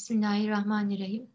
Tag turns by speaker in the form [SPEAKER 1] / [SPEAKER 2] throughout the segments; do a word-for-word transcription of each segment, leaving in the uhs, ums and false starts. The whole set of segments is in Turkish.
[SPEAKER 1] Bismillahirrahmanirrahim.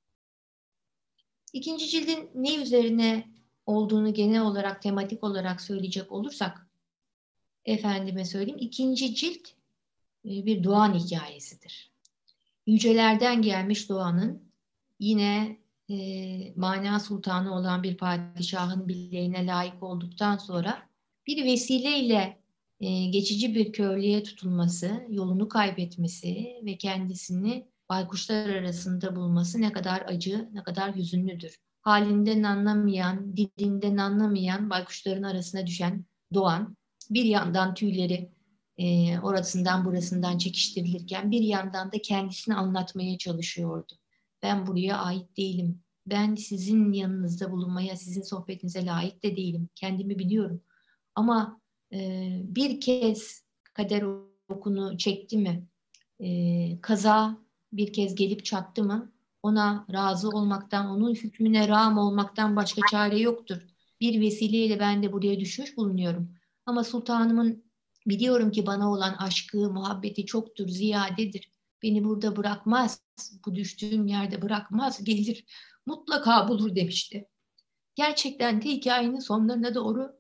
[SPEAKER 1] İkinci cildin ne üzerine olduğunu genel olarak, tematik olarak söyleyecek olursak, efendime söyleyeyim, ikinci cilt bir doğan hikayesidir. Yücelerden gelmiş doğanın yine e, mana sultanı olan bir padişahın bileğine layık olduktan sonra bir vesileyle e, geçici bir köleye tutulması, yolunu kaybetmesi ve kendisini baykuşlar arasında bulması ne kadar acı, ne kadar hüzünlüdür. Halinden anlamayan, dilinden anlamayan baykuşların arasına düşen doğan, bir yandan tüyleri e, orasından burasından çekiştirilirken bir yandan da kendisini anlatmaya çalışıyordu. Ben buraya ait değilim. Ben sizin yanınızda bulunmaya, sizin sohbetinize layık da değilim. Kendimi biliyorum. Ama e, bir kez kader okunu çekti mi, e, kaza bir kez gelip çattı mı, ona razı olmaktan, onun hükmüne rağm olmaktan başka çare yoktur. Bir vesileyle ben de buraya düşmüş bulunuyorum. Ama sultanımın biliyorum ki bana olan aşkı, muhabbeti çoktur, ziyadedir. Beni burada bırakmaz, bu düştüğüm yerde bırakmaz, gelir, mutlaka bulur demişti. Gerçekten de hikayenin sonlarına doğru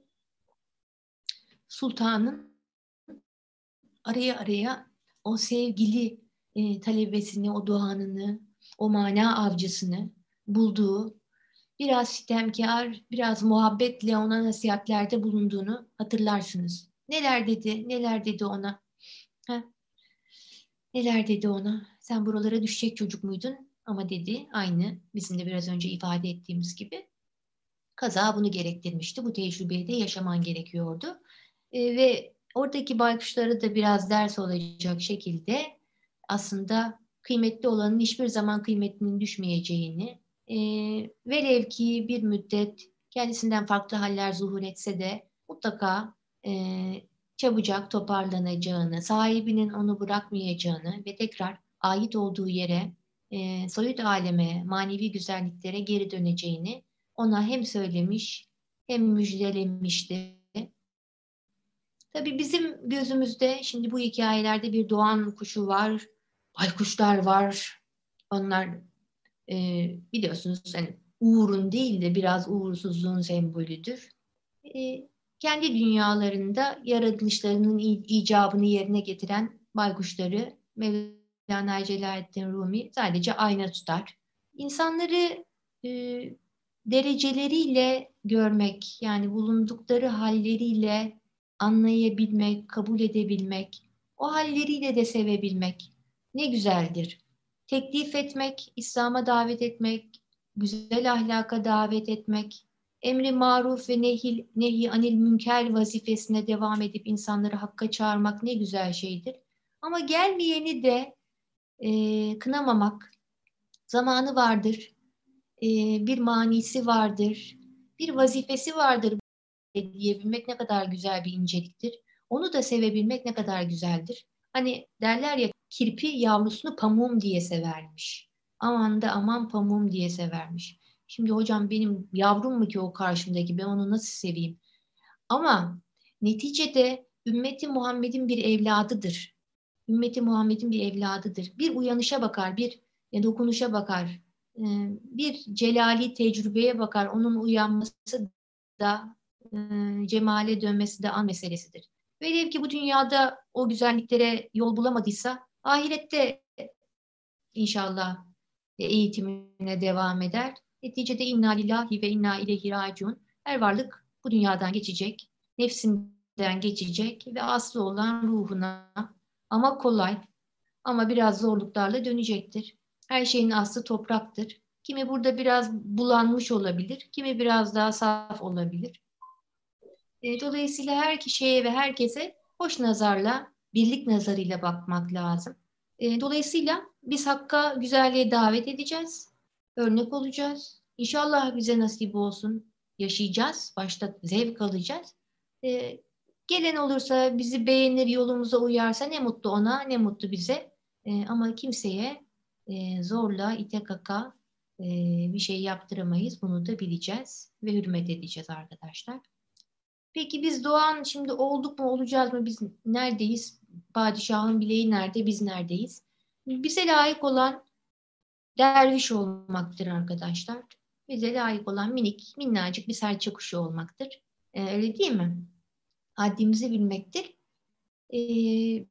[SPEAKER 1] sultanın araya araya o sevgili e, talebesini, o doğanını, o mana avcısını bulduğu, biraz sitemkar, biraz muhabbetle ona nasihatlerde bulunduğunu hatırlarsınız. Neler dedi, neler dedi ona? Ha? Neler dedi ona? Sen buralara düşecek çocuk muydun? Ama dedi, aynı bizim de biraz önce ifade ettiğimiz gibi, kaza bunu gerektirmişti. Bu tecrübeyi de yaşaman gerekiyordu. E, ve oradaki baykuşlara da biraz ders olacak şekilde aslında kıymetli olanın hiçbir zaman kıymetinin düşmeyeceğini, e, velev ki bir müddet kendisinden farklı haller zuhur etse de mutlaka e, çabucak toparlanacağını, sahibinin onu bırakmayacağını ve tekrar ait olduğu yere, e, soyut aleme, manevi güzelliklere geri döneceğini ona hem söylemiş hem müjdelemişti. Tabii bizim gözümüzde şimdi bu hikayelerde bir doğan kuşu var, baykuşlar var. Onlar e, biliyorsunuz hani uğurun değil de biraz uğursuzluğun sembolüdür. E, kendi dünyalarında yaratılışlarının icabını yerine getiren baykuşları Mevlana Celaleddin Rumi sadece ayna tutar. İnsanları e, dereceleriyle görmek, yani bulundukları halleriyle anlayabilmek, kabul edebilmek, o halleriyle de sevebilmek ne güzeldir. Teklif etmek, İslam'a davet etmek, güzel ahlaka davet etmek, emri maruf ve nehi, nehi anil münker vazifesine devam edip insanları hakka çağırmak ne güzel şeydir. Ama gelmeyeni de e, kınamamak, zamanı vardır, e, bir manisi vardır, bir vazifesi vardır diyebilmek ne kadar güzel bir inceliktir. Onu da sevebilmek ne kadar güzeldir. Hani derler ya, kirpi yavrusunu pamuğum diye severmiş. Aman da aman pamuğum diye severmiş. Şimdi hocam benim yavrum mu ki o karşımdaki, ben onu nasıl seveyim? Ama neticede ümmeti Muhammed'in bir evladıdır. Ümmeti Muhammed'in bir evladıdır. Bir uyanışa bakar, bir dokunuşa bakar, e, bir celali tecrübeye bakar. Onun uyanması da e, cemale dönmesi de an meselesidir. Velev ki bu dünyada o güzelliklere yol bulamadıysa ahirette inşallah eğitimine devam eder. Neticede inna lillahi ve inna ileyhi raciun. Her varlık bu dünyadan geçecek, nefsinden geçecek ve aslı olan ruhuna, ama kolay, ama biraz zorluklarla dönecektir. Her şeyin aslı topraktır. Kimi burada biraz bulanmış olabilir, kimi biraz daha saf olabilir. E, dolayısıyla her kişiye ve herkese hoş nazarla, birlik nazarıyla bakmak lazım. E, dolayısıyla biz Hakk'a, güzelliğe davet edeceğiz, örnek olacağız. İnşallah bize nasip olsun, yaşayacağız, başta zevk alacağız. E, gelen olursa, bizi beğenir, yolumuza uyarsa ne mutlu ona, ne mutlu bize. E, ama kimseye e, zorla, ite kaka e, bir şey yaptıramayız. Bunu da bileceğiz ve hürmet edeceğiz arkadaşlar. Peki biz doğan şimdi olduk mu, olacağız mı? Biz neredeyiz? Padişahın bileği nerede? Biz neredeyiz? Bize layık olan derviş olmaktır arkadaşlar. Bize layık olan minik, minnacık bir serçe kuşu olmaktır. Ee, öyle değil mi? Haddimizi bilmektir. Ee,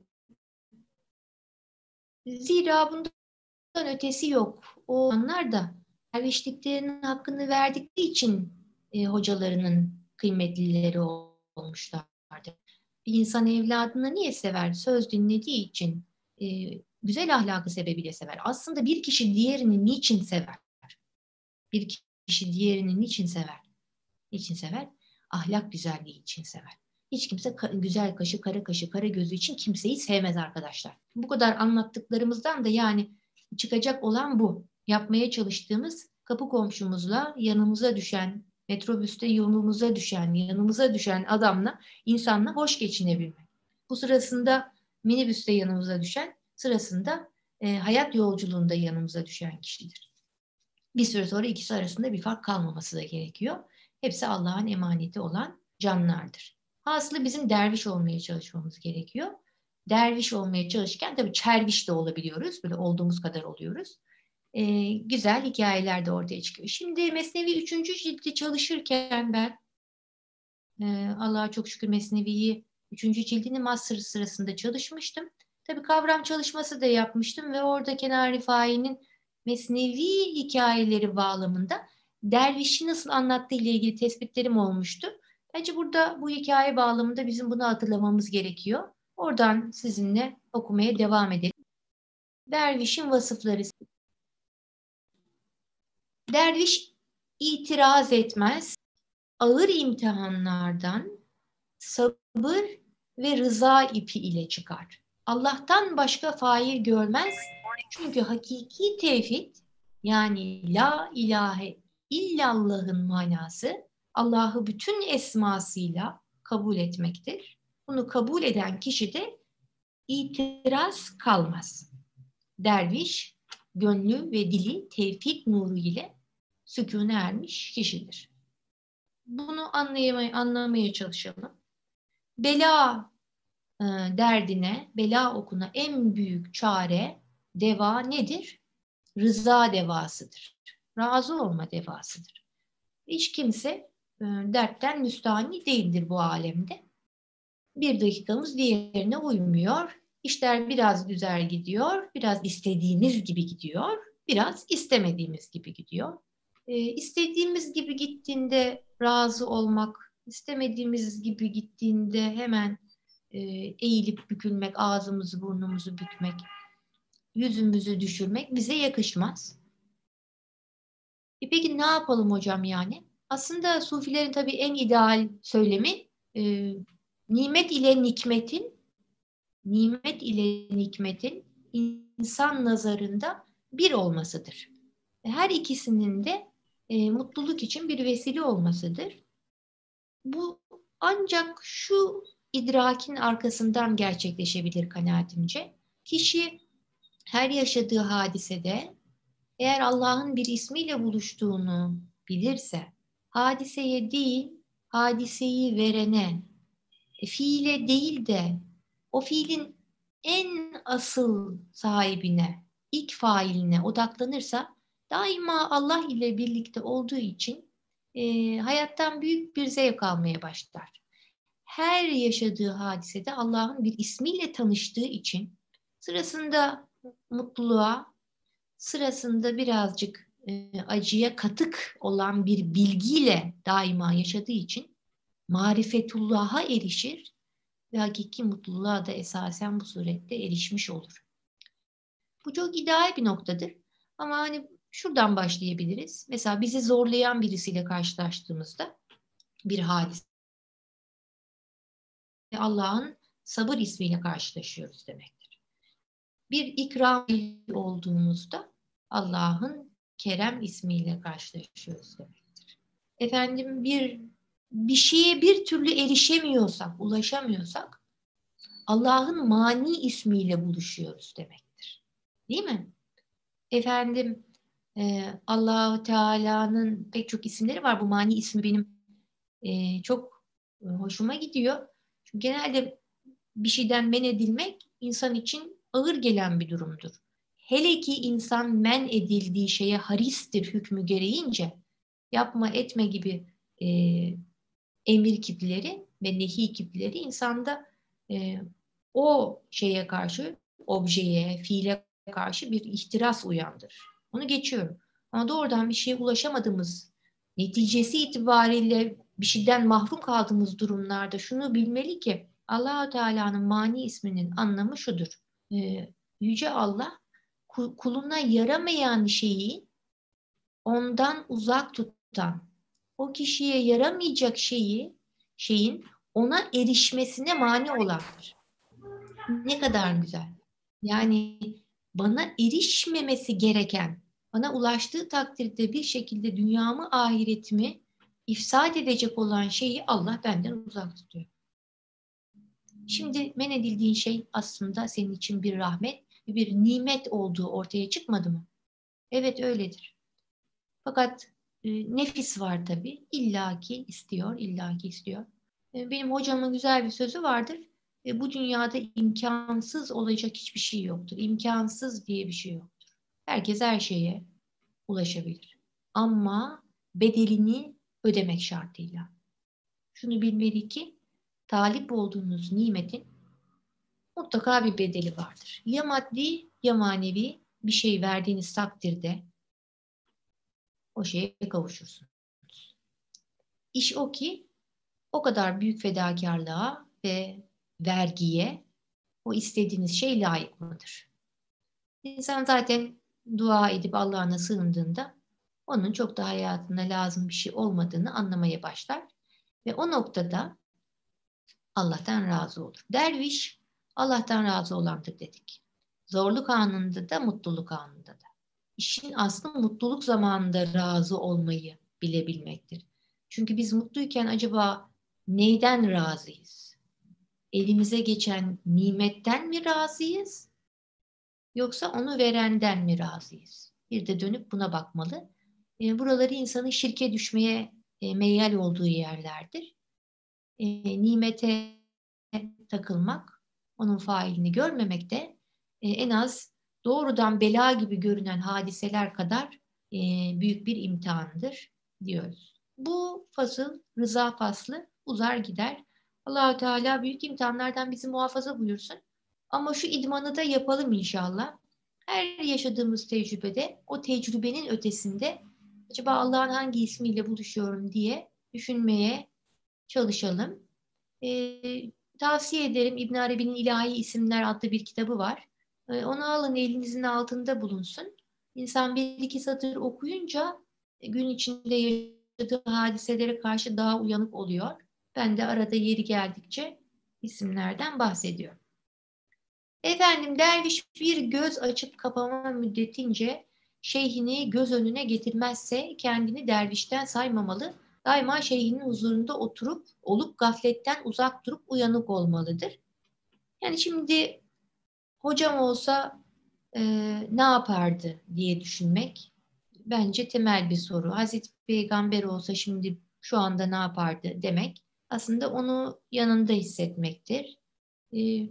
[SPEAKER 1] Zira bundan ötesi yok. O anlar da dervişliklerinin hakkını verdikleri için e, hocalarının kıymetlileri olmuşlardı. Bir insan evladını niye sever? Söz dinlediği için, e, güzel ahlakı sebebiyle sever. Aslında bir kişi diğerini niçin sever? Bir kişi diğerini niçin sever? Niçin sever? Ahlak güzelliği için sever. Hiç kimse ka- güzel kaşı, kara kaşı, kara gözü için kimseyi sevmez arkadaşlar. Bu kadar anlattıklarımızdan da yani çıkacak olan bu. Yapmaya çalıştığımız kapı komşumuzla yanımıza düşen, metrobüste yolumuza düşen, yanımıza düşen adamla, insanla hoş geçinebilmek. Bu sırasında minibüste yanımıza düşen, sırasında e, hayat yolculuğunda yanımıza düşen kişidir. Bir süre sonra ikisi arasında bir fark kalmaması da gerekiyor. Hepsi Allah'ın emaneti olan canlardır. Hasılı bizim derviş olmaya çalışmamız gerekiyor. Derviş olmaya çalışırken tabii çerviş de olabiliyoruz. Böyle olduğumuz kadar oluyoruz. Ee, güzel hikayeler de ortaya çıkıyor. Şimdi Mesnevi üçüncü cildi çalışırken ben e, Allah'a çok şükür Mesnevi'yi üçüncü cildini master sırasında çalışmıştım. Tabii kavram çalışması da yapmıştım ve orada Kenan Rifai'nin Mesnevi hikayeleri bağlamında dervişi nasıl anlattığı ile ilgili tespitlerim olmuştu. Bence burada bu hikaye bağlamında bizim bunu hatırlamamız gerekiyor. Oradan sizinle okumaya devam edelim. Dervişin vasıfları. Derviş itiraz etmez, ağır imtihanlardan sabır ve rıza ipi ile çıkar. Allah'tan başka fail görmez. Çünkü hakiki tevhid, yani la ilahe illallah'ın manası Allah'ı bütün esmasıyla kabul etmektir. Bunu kabul eden kişi de itiraz kalmaz. Derviş, gönlü ve dili tevhid nuru ile sükûne ermiş kişidir. Bunu anlayamaya, anlamaya çalışalım. Bela e, derdine, bela okuna en büyük çare, deva nedir? Rıza devasıdır. Razı olma devasıdır. Hiç kimse e, dertten müstahni değildir bu alemde. Bir dakikamız diğerine uymuyor. İşler biraz güzel gidiyor, biraz istediğimiz gibi gidiyor, biraz istemediğimiz gibi gidiyor. E, istediğimiz gibi gittiğinde razı olmak, istemediğimiz gibi gittiğinde hemen e, eğilip bükülmek, ağzımızı burnumuzu bükmek, yüzümüzü düşürmek bize yakışmaz. E peki ne yapalım hocam yani? Aslında Sufilerin tabii en ideal söylemi e, nimet ile nikmetin, nimet ile nikmetin insan nazarında bir olmasıdır. Her ikisinin de e, mutluluk için bir vesile olmasıdır. Bu ancak şu idrakin arkasından gerçekleşebilir kanaatimce. Kişi her yaşadığı hadisede eğer Allah'ın bir ismiyle buluştuğunu bilirse, hadiseye değil, hadiseyi verene, e, fiile değil de o fiilin en asıl sahibine, ilk failine odaklanırsa, daima Allah ile birlikte olduğu için e, hayattan büyük bir zevk almaya başlar. Her yaşadığı hadisede Allah'ın bir ismiyle tanıştığı için sırasında mutluluğa, sırasında birazcık e, acıya katık olan bir bilgiyle daima yaşadığı için marifetullah'a erişir ve hakiki mutluluğa da esasen bu surette erişmiş olur. Bu çok ideal bir noktadır. Ama hani şuradan başlayabiliriz. Mesela bizi zorlayan birisiyle karşılaştığımızda bir hadise, Allah'ın sabır ismiyle karşılaşıyoruz demektir. Bir ikram olduğumuzda Allah'ın kerem ismiyle karşılaşıyoruz demektir. Efendim bir bir şeye bir türlü erişemiyorsak, ulaşamıyorsak Allah'ın mani ismiyle buluşuyoruz demektir. Değil mi? Efendim e, Allah-u Teala'nın pek çok isimleri var. Bu mani ismi benim e, çok e, hoşuma gidiyor. Çünkü genelde bir şeyden men edilmek insan için ağır gelen bir durumdur. hele ki insan men edildiği şeye haristir hükmü gereğince yapma etme gibi e, emir kipleri ve nehi kipleri insanda e, o şeye karşı, objeye, fiile karşı bir ihtiras uyandırır. Onu geçiyorum. Ama doğrudan bir şeye ulaşamadığımız, neticesi itibariyle bir şeyden mahrum kaldığımız durumlarda şunu bilmeli ki Allah-u Teala'nın mani isminin anlamı şudur. Ee, Yüce Allah kuluna yaramayan şeyi ondan uzak tutan, o kişiye yaramayacak şeyi, şeyin ona erişmesine mani olandır. Ne kadar güzel. Yani bana erişmemesi gereken, bana ulaştığı takdirde bir şekilde dünyamı, ahiretimi ifsad edecek olan şeyi Allah benden uzak tutuyor. Şimdi men edildiğin şey aslında senin için bir rahmet, bir nimet olduğu ortaya çıkmadı mı? Evet öyledir. Fakat e, nefis var tabii. İllaki istiyor, illaki istiyor. E, benim hocamın güzel bir sözü vardır. E, bu dünyada imkansız olacak hiçbir şey yoktur. İmkansız diye bir şey yoktur. Herkes her şeye ulaşabilir. Ama bedelini ödemek şartıyla. Şunu bilmeli ki talip olduğunuz nimetin mutlaka bir bedeli vardır. Ya maddi ya manevi bir şey verdiğiniz takdirde o şeye kavuşursunuz. İş o ki o kadar büyük fedakarlığa ve vergiye o istediğiniz şey layık mıdır? İnsan zaten dua edip Allah'ına sığındığında onun çok da hayatına lazım bir şey olmadığını anlamaya başlar. Ve o noktada Allah'tan razı olur. Derviş Allah'tan razı olandır dedik. Zorluk anında da mutluluk anında da. İşin aslı mutluluk zamanında razı olmayı bilebilmektir. Çünkü biz mutluyken acaba neyden razıyız? Elimize geçen nimetten mi razıyız? Yoksa onu verenden mi razıyız? Bir de dönüp buna bakmalı. E, buraları insanın şirke düşmeye e, meyyal olduğu yerlerdir. E, nimete takılmak, onun failini görmemek de e, en az doğrudan bela gibi görünen hadiseler kadar e, büyük bir imtihandır diyoruz. Bu fasıl, rıza faslı uzar gider. Allah-u Teala büyük imtihanlardan bizi muhafaza buyursun. Ama şu idmanı da yapalım inşallah. Her yaşadığımız tecrübede o tecrübenin ötesinde acaba Allah'ın hangi ismiyle buluşuyorum diye düşünmeye çalışalım. Ee, Tavsiye ederim. İbn Arabi'nin İlahi İsimler adlı bir kitabı var. Ee, onu alın elinizin altında bulunsun. İnsan bir iki satır okuyunca e, gün içinde yaşadığı hadiselere karşı daha uyanık oluyor. Ben de arada yeri geldikçe isimlerden bahsediyorum. Efendim derviş bir göz açıp kapama müddetince şeyhini göz önüne getirmezse kendini dervişten saymamalı. Daima şeyhinin huzurunda oturup olup gafletten uzak durup uyanık olmalıdır. Yani şimdi hocam olsa e, ne yapardı diye düşünmek bence temel bir soru. Hazreti Peygamber olsa şimdi şu anda ne yapardı demek aslında onu yanında hissetmektir. E,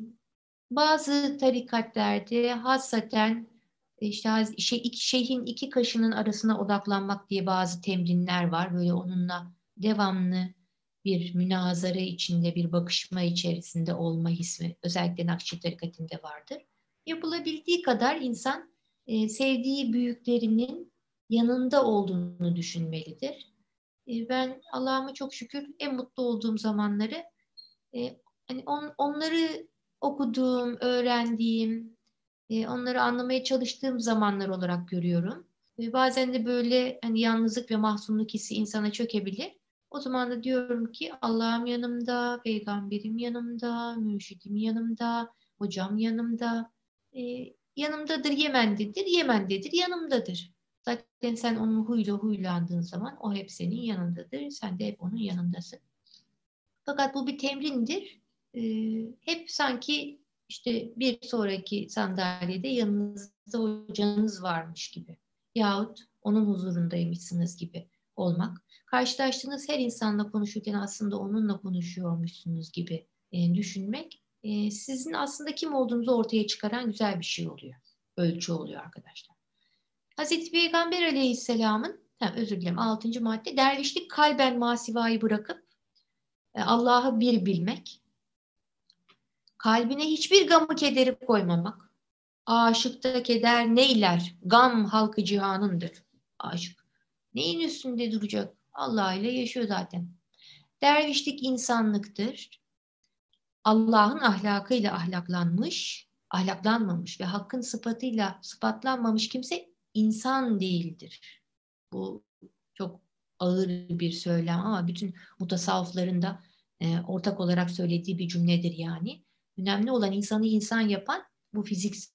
[SPEAKER 1] Bazı tarikatlerde hassaten işte şey, iki, şeyhin iki kaşının arasına odaklanmak diye bazı temrinler var. Böyle onunla devamlı bir münazara içinde, bir bakışma içerisinde olma hissi özellikle Nakşi tarikatinde vardır. Yapılabildiği kadar insan e, sevdiği büyüklerinin yanında olduğunu düşünmelidir. E, ben Allah'ıma çok şükür en mutlu olduğum zamanları e, hani on, onları okuduğum, öğrendiğim, e, onları anlamaya çalıştığım zamanlar olarak görüyorum. E, bazen de böyle hani yalnızlık ve mahzunluk hissi insana çökebilir. O zaman da diyorum ki Allah'ım yanımda, peygamberim yanımda, mürşidim yanımda, hocam yanımda. E, Yanımdadır, Yemen'dedir, Yemen'dedir, yanımdadır. Zaten sen onun huyla huylandığın zaman o hep senin yanındadır. Sen de hep onun yanındasın. Fakat bu bir temrindir. Ee, hep sanki işte bir sonraki sandalyede yanınızda hocanız varmış gibi yahut onun huzurundaymışsınız gibi olmak. Karşılaştığınız her insanla konuşurken aslında onunla konuşuyormuşsunuz gibi e, düşünmek e, sizin aslında kim olduğunuzu ortaya çıkaran güzel bir şey oluyor. ölçü oluyor arkadaşlar. Hazreti Peygamber Aleyhisselam'ın, ha, özür dilerim, altıncı madde, dervişlik kalben masivayı bırakıp e, Allah'ı bir bilmek, kalbine hiçbir gamı kederi koymamak. Aşıkta keder neyler? Gam halkı cihanındır. Aşık neyin üstünde duracak? Allah ile yaşıyor zaten. Dervişlik insanlıktır. Allah'ın ahlakıyla ahlaklanmış, ahlaklanmamış ve hakkın sıfatıyla sıfatlanmamış kimse insan değildir. Bu çok ağır bir söylem ama bütün mutasavvıfların da e, ortak olarak söylediği bir cümledir yani. Önemli olan insanı insan yapan bu fiziksel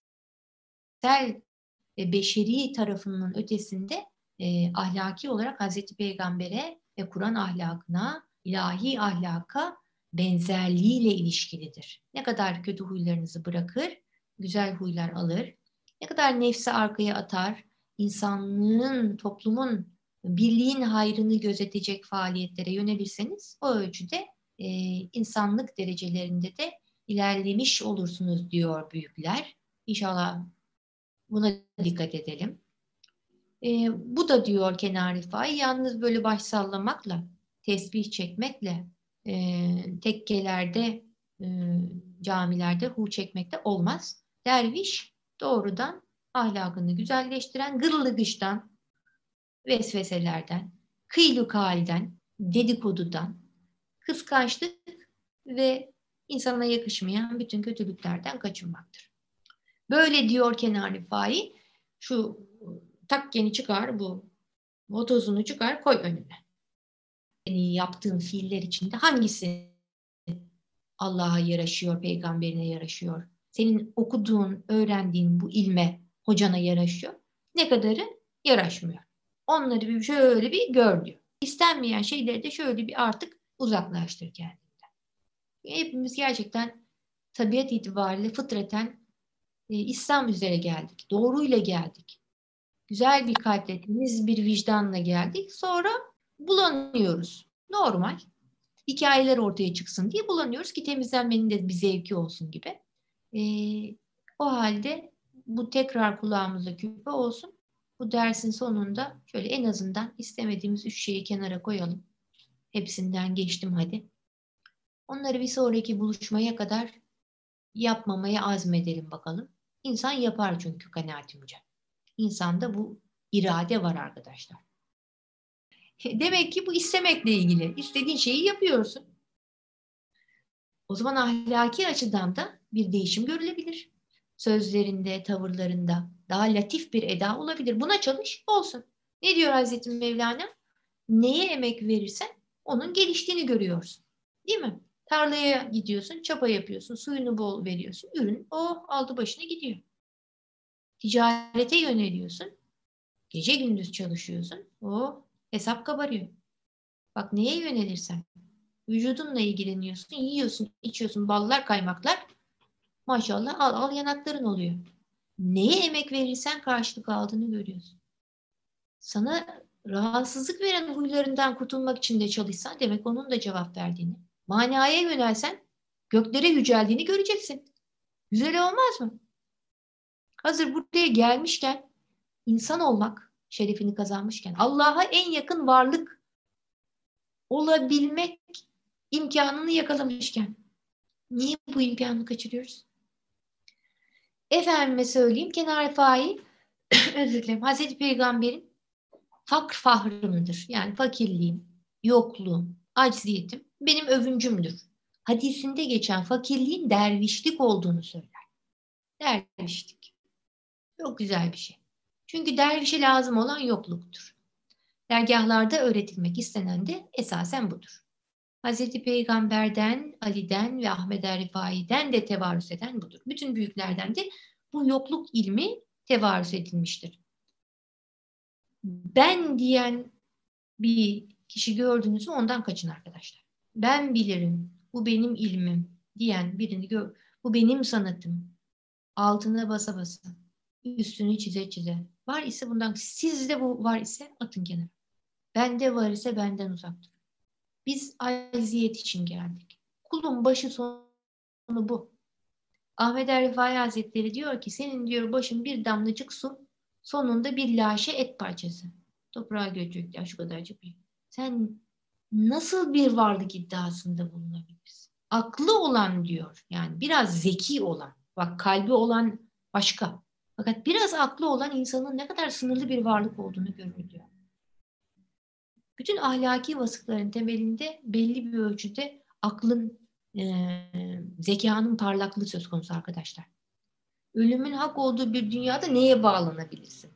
[SPEAKER 1] ve beşeri tarafının ötesinde e, ahlaki olarak Hazreti Peygamber'e ve Kur'an ahlakına, ilahi ahlaka benzerliğiyle ilişkilidir. Ne kadar kötü huylarınızı bırakır, güzel huylar alır, ne kadar nefsi arkaya atar, insanlığın, toplumun, birliğin hayrını gözetecek faaliyetlere yönelirseniz o ölçüde e, insanlık derecelerinde de ilerlemiş olursunuz diyor büyükler. İnşallah buna dikkat edelim. E, bu da diyor Kenar Rifai, yalnız böyle baş sallamakla, tesbih çekmekle, e, tekkelerde, e, camilerde hu çekmekle olmaz. Derviş doğrudan ahlakını güzelleştiren, gırlı gıştan, vesveselerden, kıylukalden, dedikodudan, kıskançlık ve insana yakışmayan bütün kötülüklerden kaçınmaktır. Böyle diyor Kenar Rifai, şu takkeni çıkar, bu votozunu çıkar, koy önüne. Yani yaptığın fiiller içinde hangisi Allah'a yaraşıyor, peygamberine yaraşıyor? Senin okuduğun, öğrendiğin bu ilme, hocana yaraşıyor. Ne kadarı yaraşmıyor. Onları bir şöyle bir gör diyor. İstenmeyen şeyleri de şöyle bir artık uzaklaştır kendinden. Hepimiz gerçekten tabiat itibariyle fıtraten e, İslam üzere geldik. Doğruyla geldik. Güzel bir kalple, temiz bir vicdanla geldik. Sonra bulanıyoruz. Normal. Hikayeler ortaya çıksın diye bulanıyoruz ki temizlenmenin de bir zevki olsun gibi. Ee, o halde bu tekrar kulağımıza küpe olsun. Bu dersin sonunda şöyle en azından istemediğimiz üç şeyi kenara koyalım. Hepsinden geçtim hadi. Onları bir sonraki buluşmaya kadar yapmamaya azmedelim bakalım. İnsan yapar çünkü kanaatimce. İnsanda bu irade var arkadaşlar. Demek ki bu istemekle ilgili. İstediğin şeyi yapıyorsun. O zaman ahlaki açıdan da bir değişim görülebilir. Sözlerinde, tavırlarında daha latif bir eda olabilir. Buna çalış, olsun. Ne diyor Hazreti Mevlana? Neye emek verirsen onun geliştiğini görüyorsun. Değil mi? Tarlaya gidiyorsun, çapa yapıyorsun, suyunu bol veriyorsun. Ürün o aldı başına gidiyor. Ticarete yöneliyorsun. Gece gündüz çalışıyorsun. O hesap kabarıyor. Bak neye yönelirsen. Vücudunla ilgileniyorsun, yiyorsun, içiyorsun, ballar, kaymaklar. Maşallah al al yanakların oluyor. Neye emek verirsen karşılık aldığını görüyorsun. Sana rahatsızlık veren huylarından kurtulmak için de çalışsan demek onun da cevap verdiğini. Manaya yönelsen göklere yüceldiğini göreceksin. Güzel olmaz mı? Hazır buraya gelmişken insan olmak şerefini kazanmışken Allah'a en yakın varlık olabilmek imkanını yakalamışken niye bu imkanı kaçırıyoruz? Efendime söyleyeyim Kenar Rifai özür dilerim Hazreti Peygamber'in fakr fahrımdır. Yani fakirliğim, yokluğum, acziyetim benim övüncümdür. Hadisinde geçen fakirliğin dervişlik olduğunu söyler. Dervişlik. Çok güzel bir şey. Çünkü dervişe lazım olan yokluktur. Dergahlarda öğretilmek istenen de esasen budur. Hazreti Peygamber'den, Ali'den ve Ahmed er Rifai'den de tevarüs eden budur. Bütün büyüklerden de bu yokluk ilmi tevarüs edilmiştir. Ben diyen bir kişi gördünüz mü ondan kaçın arkadaşlar. Ben bilirim, bu benim ilmim diyen birini gör. Bu benim sanatım. Altına basa basa, üstünü çize çize. Var ise bundan, sizde bu var ise atın kenara. Bende var ise benden uzak durun. Biz acziyet için geldik. Kulun başı sonu bu. Ahmet er Rifai Hazretleri diyor ki senin diyor başın bir damlacık su, sonunda bir laşe et parçası. Toprağa göçecekler şu kadarcık bir. Sen nasıl bir varlık iddiasında bulunabilirsin? Aklı olan diyor, yani biraz zeki olan, bak kalbi olan başka. Fakat biraz aklı olan insanın ne kadar sınırlı bir varlık olduğunu görür diyor. Bütün ahlaki vasıfların temelinde belli bir ölçüde aklın, e, zekanın parlaklığı söz konusu arkadaşlar. Ölümün hak olduğu bir dünyada neye bağlanabilirsin?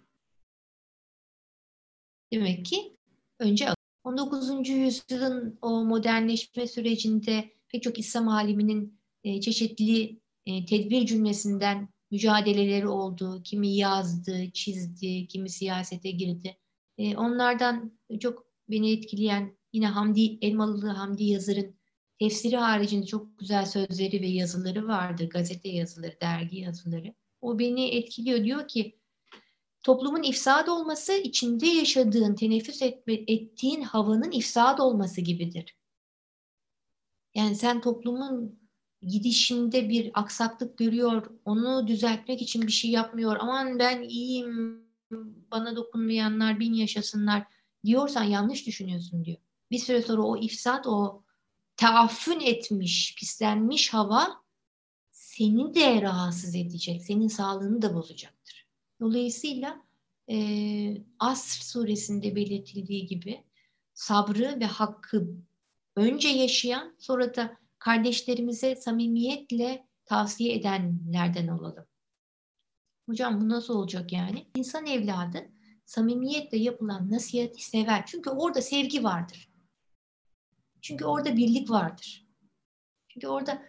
[SPEAKER 1] Demek ki önce on dokuzuncu yüzyılın o modernleşme sürecinde pek çok İslam aliminin e, çeşitli e, tedbir cümlesinden mücadeleleri oldu. Kimi yazdı, çizdi, kimi siyasete girdi. E, onlardan çok beni etkileyen yine Hamdi Elmalılı Hamdi Yazır'ın tefsiri haricinde çok güzel sözleri ve yazıları vardır. Gazete yazıları, dergi yazıları. O beni etkiliyor. Diyor ki toplumun ifsad olması içinde yaşadığın, teneffüs etme, ettiğin havanın ifsad olması gibidir. Yani sen toplumun gidişinde bir aksaklık görüyor, onu düzeltmek için bir şey yapmıyor. Aman ben iyiyim, bana dokunmayanlar bin yaşasınlar diyorsan yanlış düşünüyorsun diyor. Bir süre sonra o ifsad, o taaffün etmiş, pislenmiş hava seni de rahatsız edecek, senin sağlığını da bozacaktır. Dolayısıyla e, Asr suresinde belirtildiği gibi sabrı ve hakkı önce yaşayan, sonra da kardeşlerimize samimiyetle tavsiye edenlerden olalım. Hocam bu nasıl olacak yani? İnsan evladı samimiyetle yapılan nasihati sever. Çünkü orada sevgi vardır. Çünkü orada birlik vardır. Çünkü orada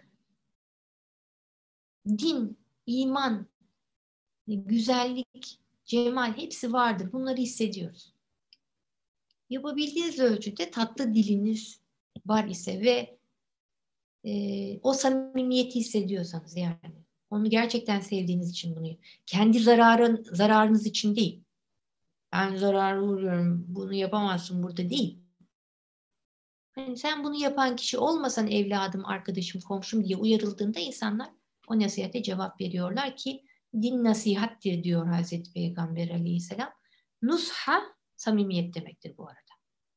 [SPEAKER 1] din, iman, güzellik, cemal hepsi vardır. Bunları hissediyoruz. Yapabildiğiniz ölçüde tatlı diliniz var ise ve e, o samimiyeti hissediyorsanız, yani onu gerçekten sevdiğiniz için bunu, kendi zararın, zararınız için değil. Ben zararı vuruyorum, bunu yapamazsın burada değil. Hani sen bunu yapan kişi olmasan evladım, arkadaşım, komşum diye uyarıldığında insanlar o nasihate cevap veriyorlar ki din nasihattir diyor Hazreti Peygamber Aleyhisselam. Nusha samimiyet demektir bu arada.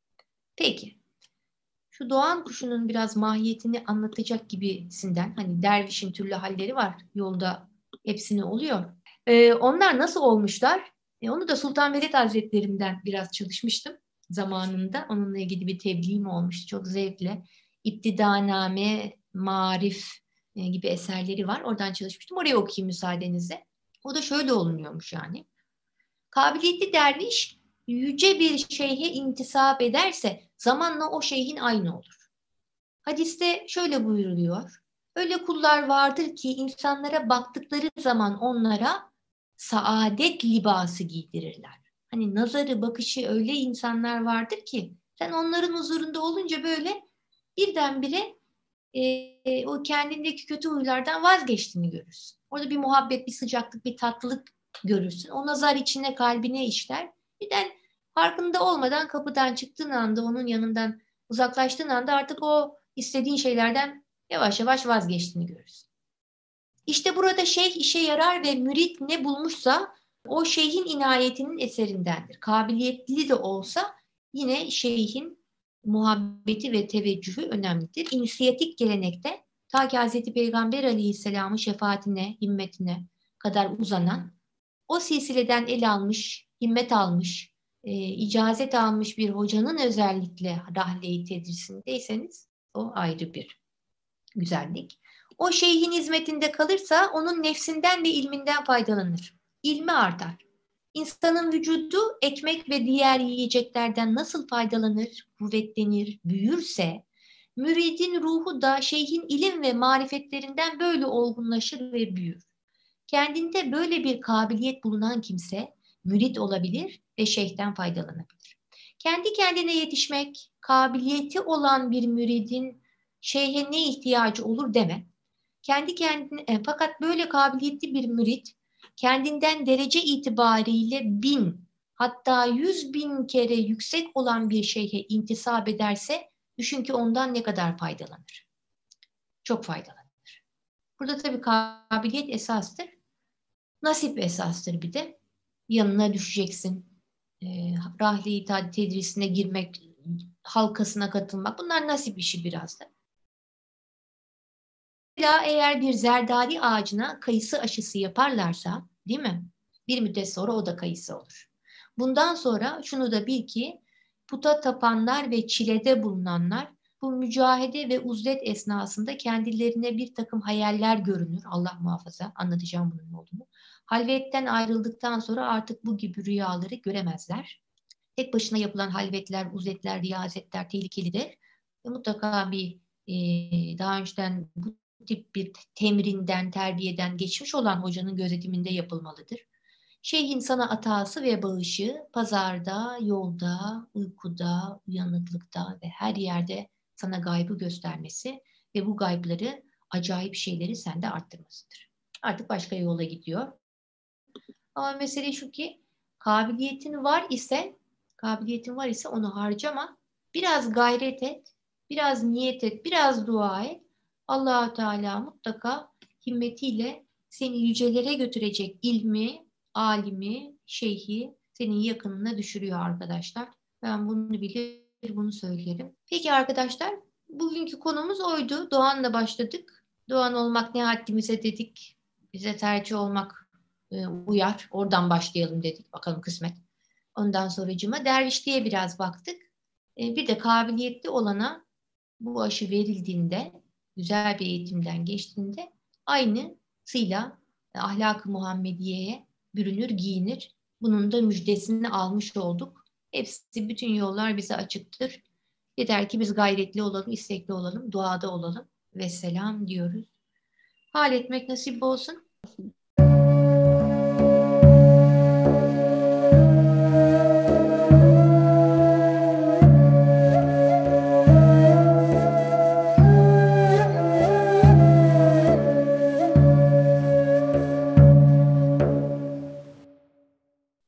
[SPEAKER 1] Peki. Şu doğan kuşunun biraz mahiyetini anlatacak gibisinden, hani dervişin türlü halleri var yolda, hepsini oluyor. Ee, onlar nasıl olmuşlar? E, onu da Sultan Veled Hazretlerinden biraz çalışmıştım zamanında. Onunla ilgili bir tebliğim olmuştu çok zevkle. İptidaname, Marif e, gibi eserleri var. Oradan çalışmıştım. Oraya okuyayım müsaadenizle. O da şöyle olunuyormuş yani. Kabiliyetli derviş yüce bir şeyhe intisap ederse zamanla o şeyhin aynı olur. Hadiste şöyle buyuruluyor. Öyle kullar vardır ki insanlara baktıkları zaman onlara saadet libası giydirirler. Hani nazarı, bakışı öyle insanlar vardır ki sen onların huzurunda olunca böyle birdenbire e, o kendindeki kötü huylardan vazgeçtiğini görürsün. Orada bir muhabbet, bir sıcaklık, bir tatlılık görürsün. O nazar içine, kalbine işler. Birden farkında olmadan kapıdan çıktığın anda, onun yanından uzaklaştığın anda artık o istediğin şeylerden yavaş yavaş vazgeçtiğini görürsün. İşte burada şeyh işe yarar ve mürit ne bulmuşsa o şeyhin inayetinin eserindendir. Kabiliyetli de olsa yine şeyhin muhabbeti ve teveccühü önemlidir. İnisiyatik gelenekte ta ki Hazreti Peygamber Aleyhisselam'ın şefaatine, himmetine kadar uzanan, o silsileden el almış, himmet almış, e, icazet almış bir hocanın özellikle rahle-i tedrisindeyseniz o ayrı bir güzellik. O şeyhin hizmetinde kalırsa onun nefsinden ve ilminden faydalanır. İlmi artar. İnsanın vücudu ekmek ve diğer yiyeceklerden nasıl faydalanır, kuvvetlenir, büyürse, müridin ruhu da şeyhin ilim ve marifetlerinden böyle olgunlaşır ve büyür. Kendinde böyle bir kabiliyet bulunan kimse mürid olabilir ve şeyhten faydalanabilir. Kendi kendine yetişmek, kabiliyeti olan bir müridin şeyhe ne ihtiyacı olur deme. Kendi kendine, e, fakat böyle kabiliyetli bir mürid kendinden derece itibariyle bin, hatta yüz bin kere yüksek olan bir şeyhe intisap ederse düşün ki ondan ne kadar faydalanır. Çok faydalanır. Burada tabii kabiliyet esastır. Nasip esastır bir de. Yanına düşeceksin. E, Rahli tedrisine girmek, halkasına katılmak. Bunlar nasip işi biraz da. Eğer bir zerdali ağacına kayısı aşısı yaparlarsa, değil mi? Bir müddet sonra o da kayısı olur. Bundan sonra şunu da bil ki puta tapanlar ve çilede bulunanlar bu mücahede ve uzlet esnasında kendilerine bir takım hayaller görünür. Allah muhafaza, anlatacağım bunun ne olduğunu. Halvetten ayrıldıktan sonra artık bu gibi rüyaları göremezler. Tek başına yapılan halvetler, uzletler, riyazetler tehlikelidir. Ve mutlaka bir e, daha önceden bu tip bir temrinden, terbiyeden geçmiş olan hocanın gözetiminde yapılmalıdır. Şeyhin sana atası ve bağışı pazarda, yolda, uykuda, uyanıklıkta ve her yerde sana gaybı göstermesi ve bu gaybları, acayip şeyleri sende arttırmasıdır. Artık başka yola gidiyor. Ama mesele şu ki kabiliyetin var ise kabiliyetin var ise onu harcama. Biraz gayret et, biraz niyet et, biraz dua et. Allah-u Teala mutlaka himmetiyle seni yücelere götürecek ilmi, alimi, şeyhi senin yakınına düşürüyor arkadaşlar. Ben bunu bilir, bunu söylerim. Peki arkadaşlar, bugünkü konumuz oydu. Doğan'la başladık. Doğan olmak ne haddimize dedik. Bize tercih olmak e, uyar. Oradan başlayalım dedik. Bakalım kısmet. Ondan sonracığıma dervişliğe biraz baktık. E, bir de kabiliyetli olana bu aşı verildiğinde, güzel bir eğitimden geçtiğinde aynısıyla e, ahlak-ı Muhammediye'ye bürünür, giyinir. Bunun da müjdesini almış olduk. Hepsi, bütün yollar bize açıktır. Yeter ki biz gayretli olalım, istekli olalım, duada olalım. Vesselam diyoruz. Hal etmek nasip olsun.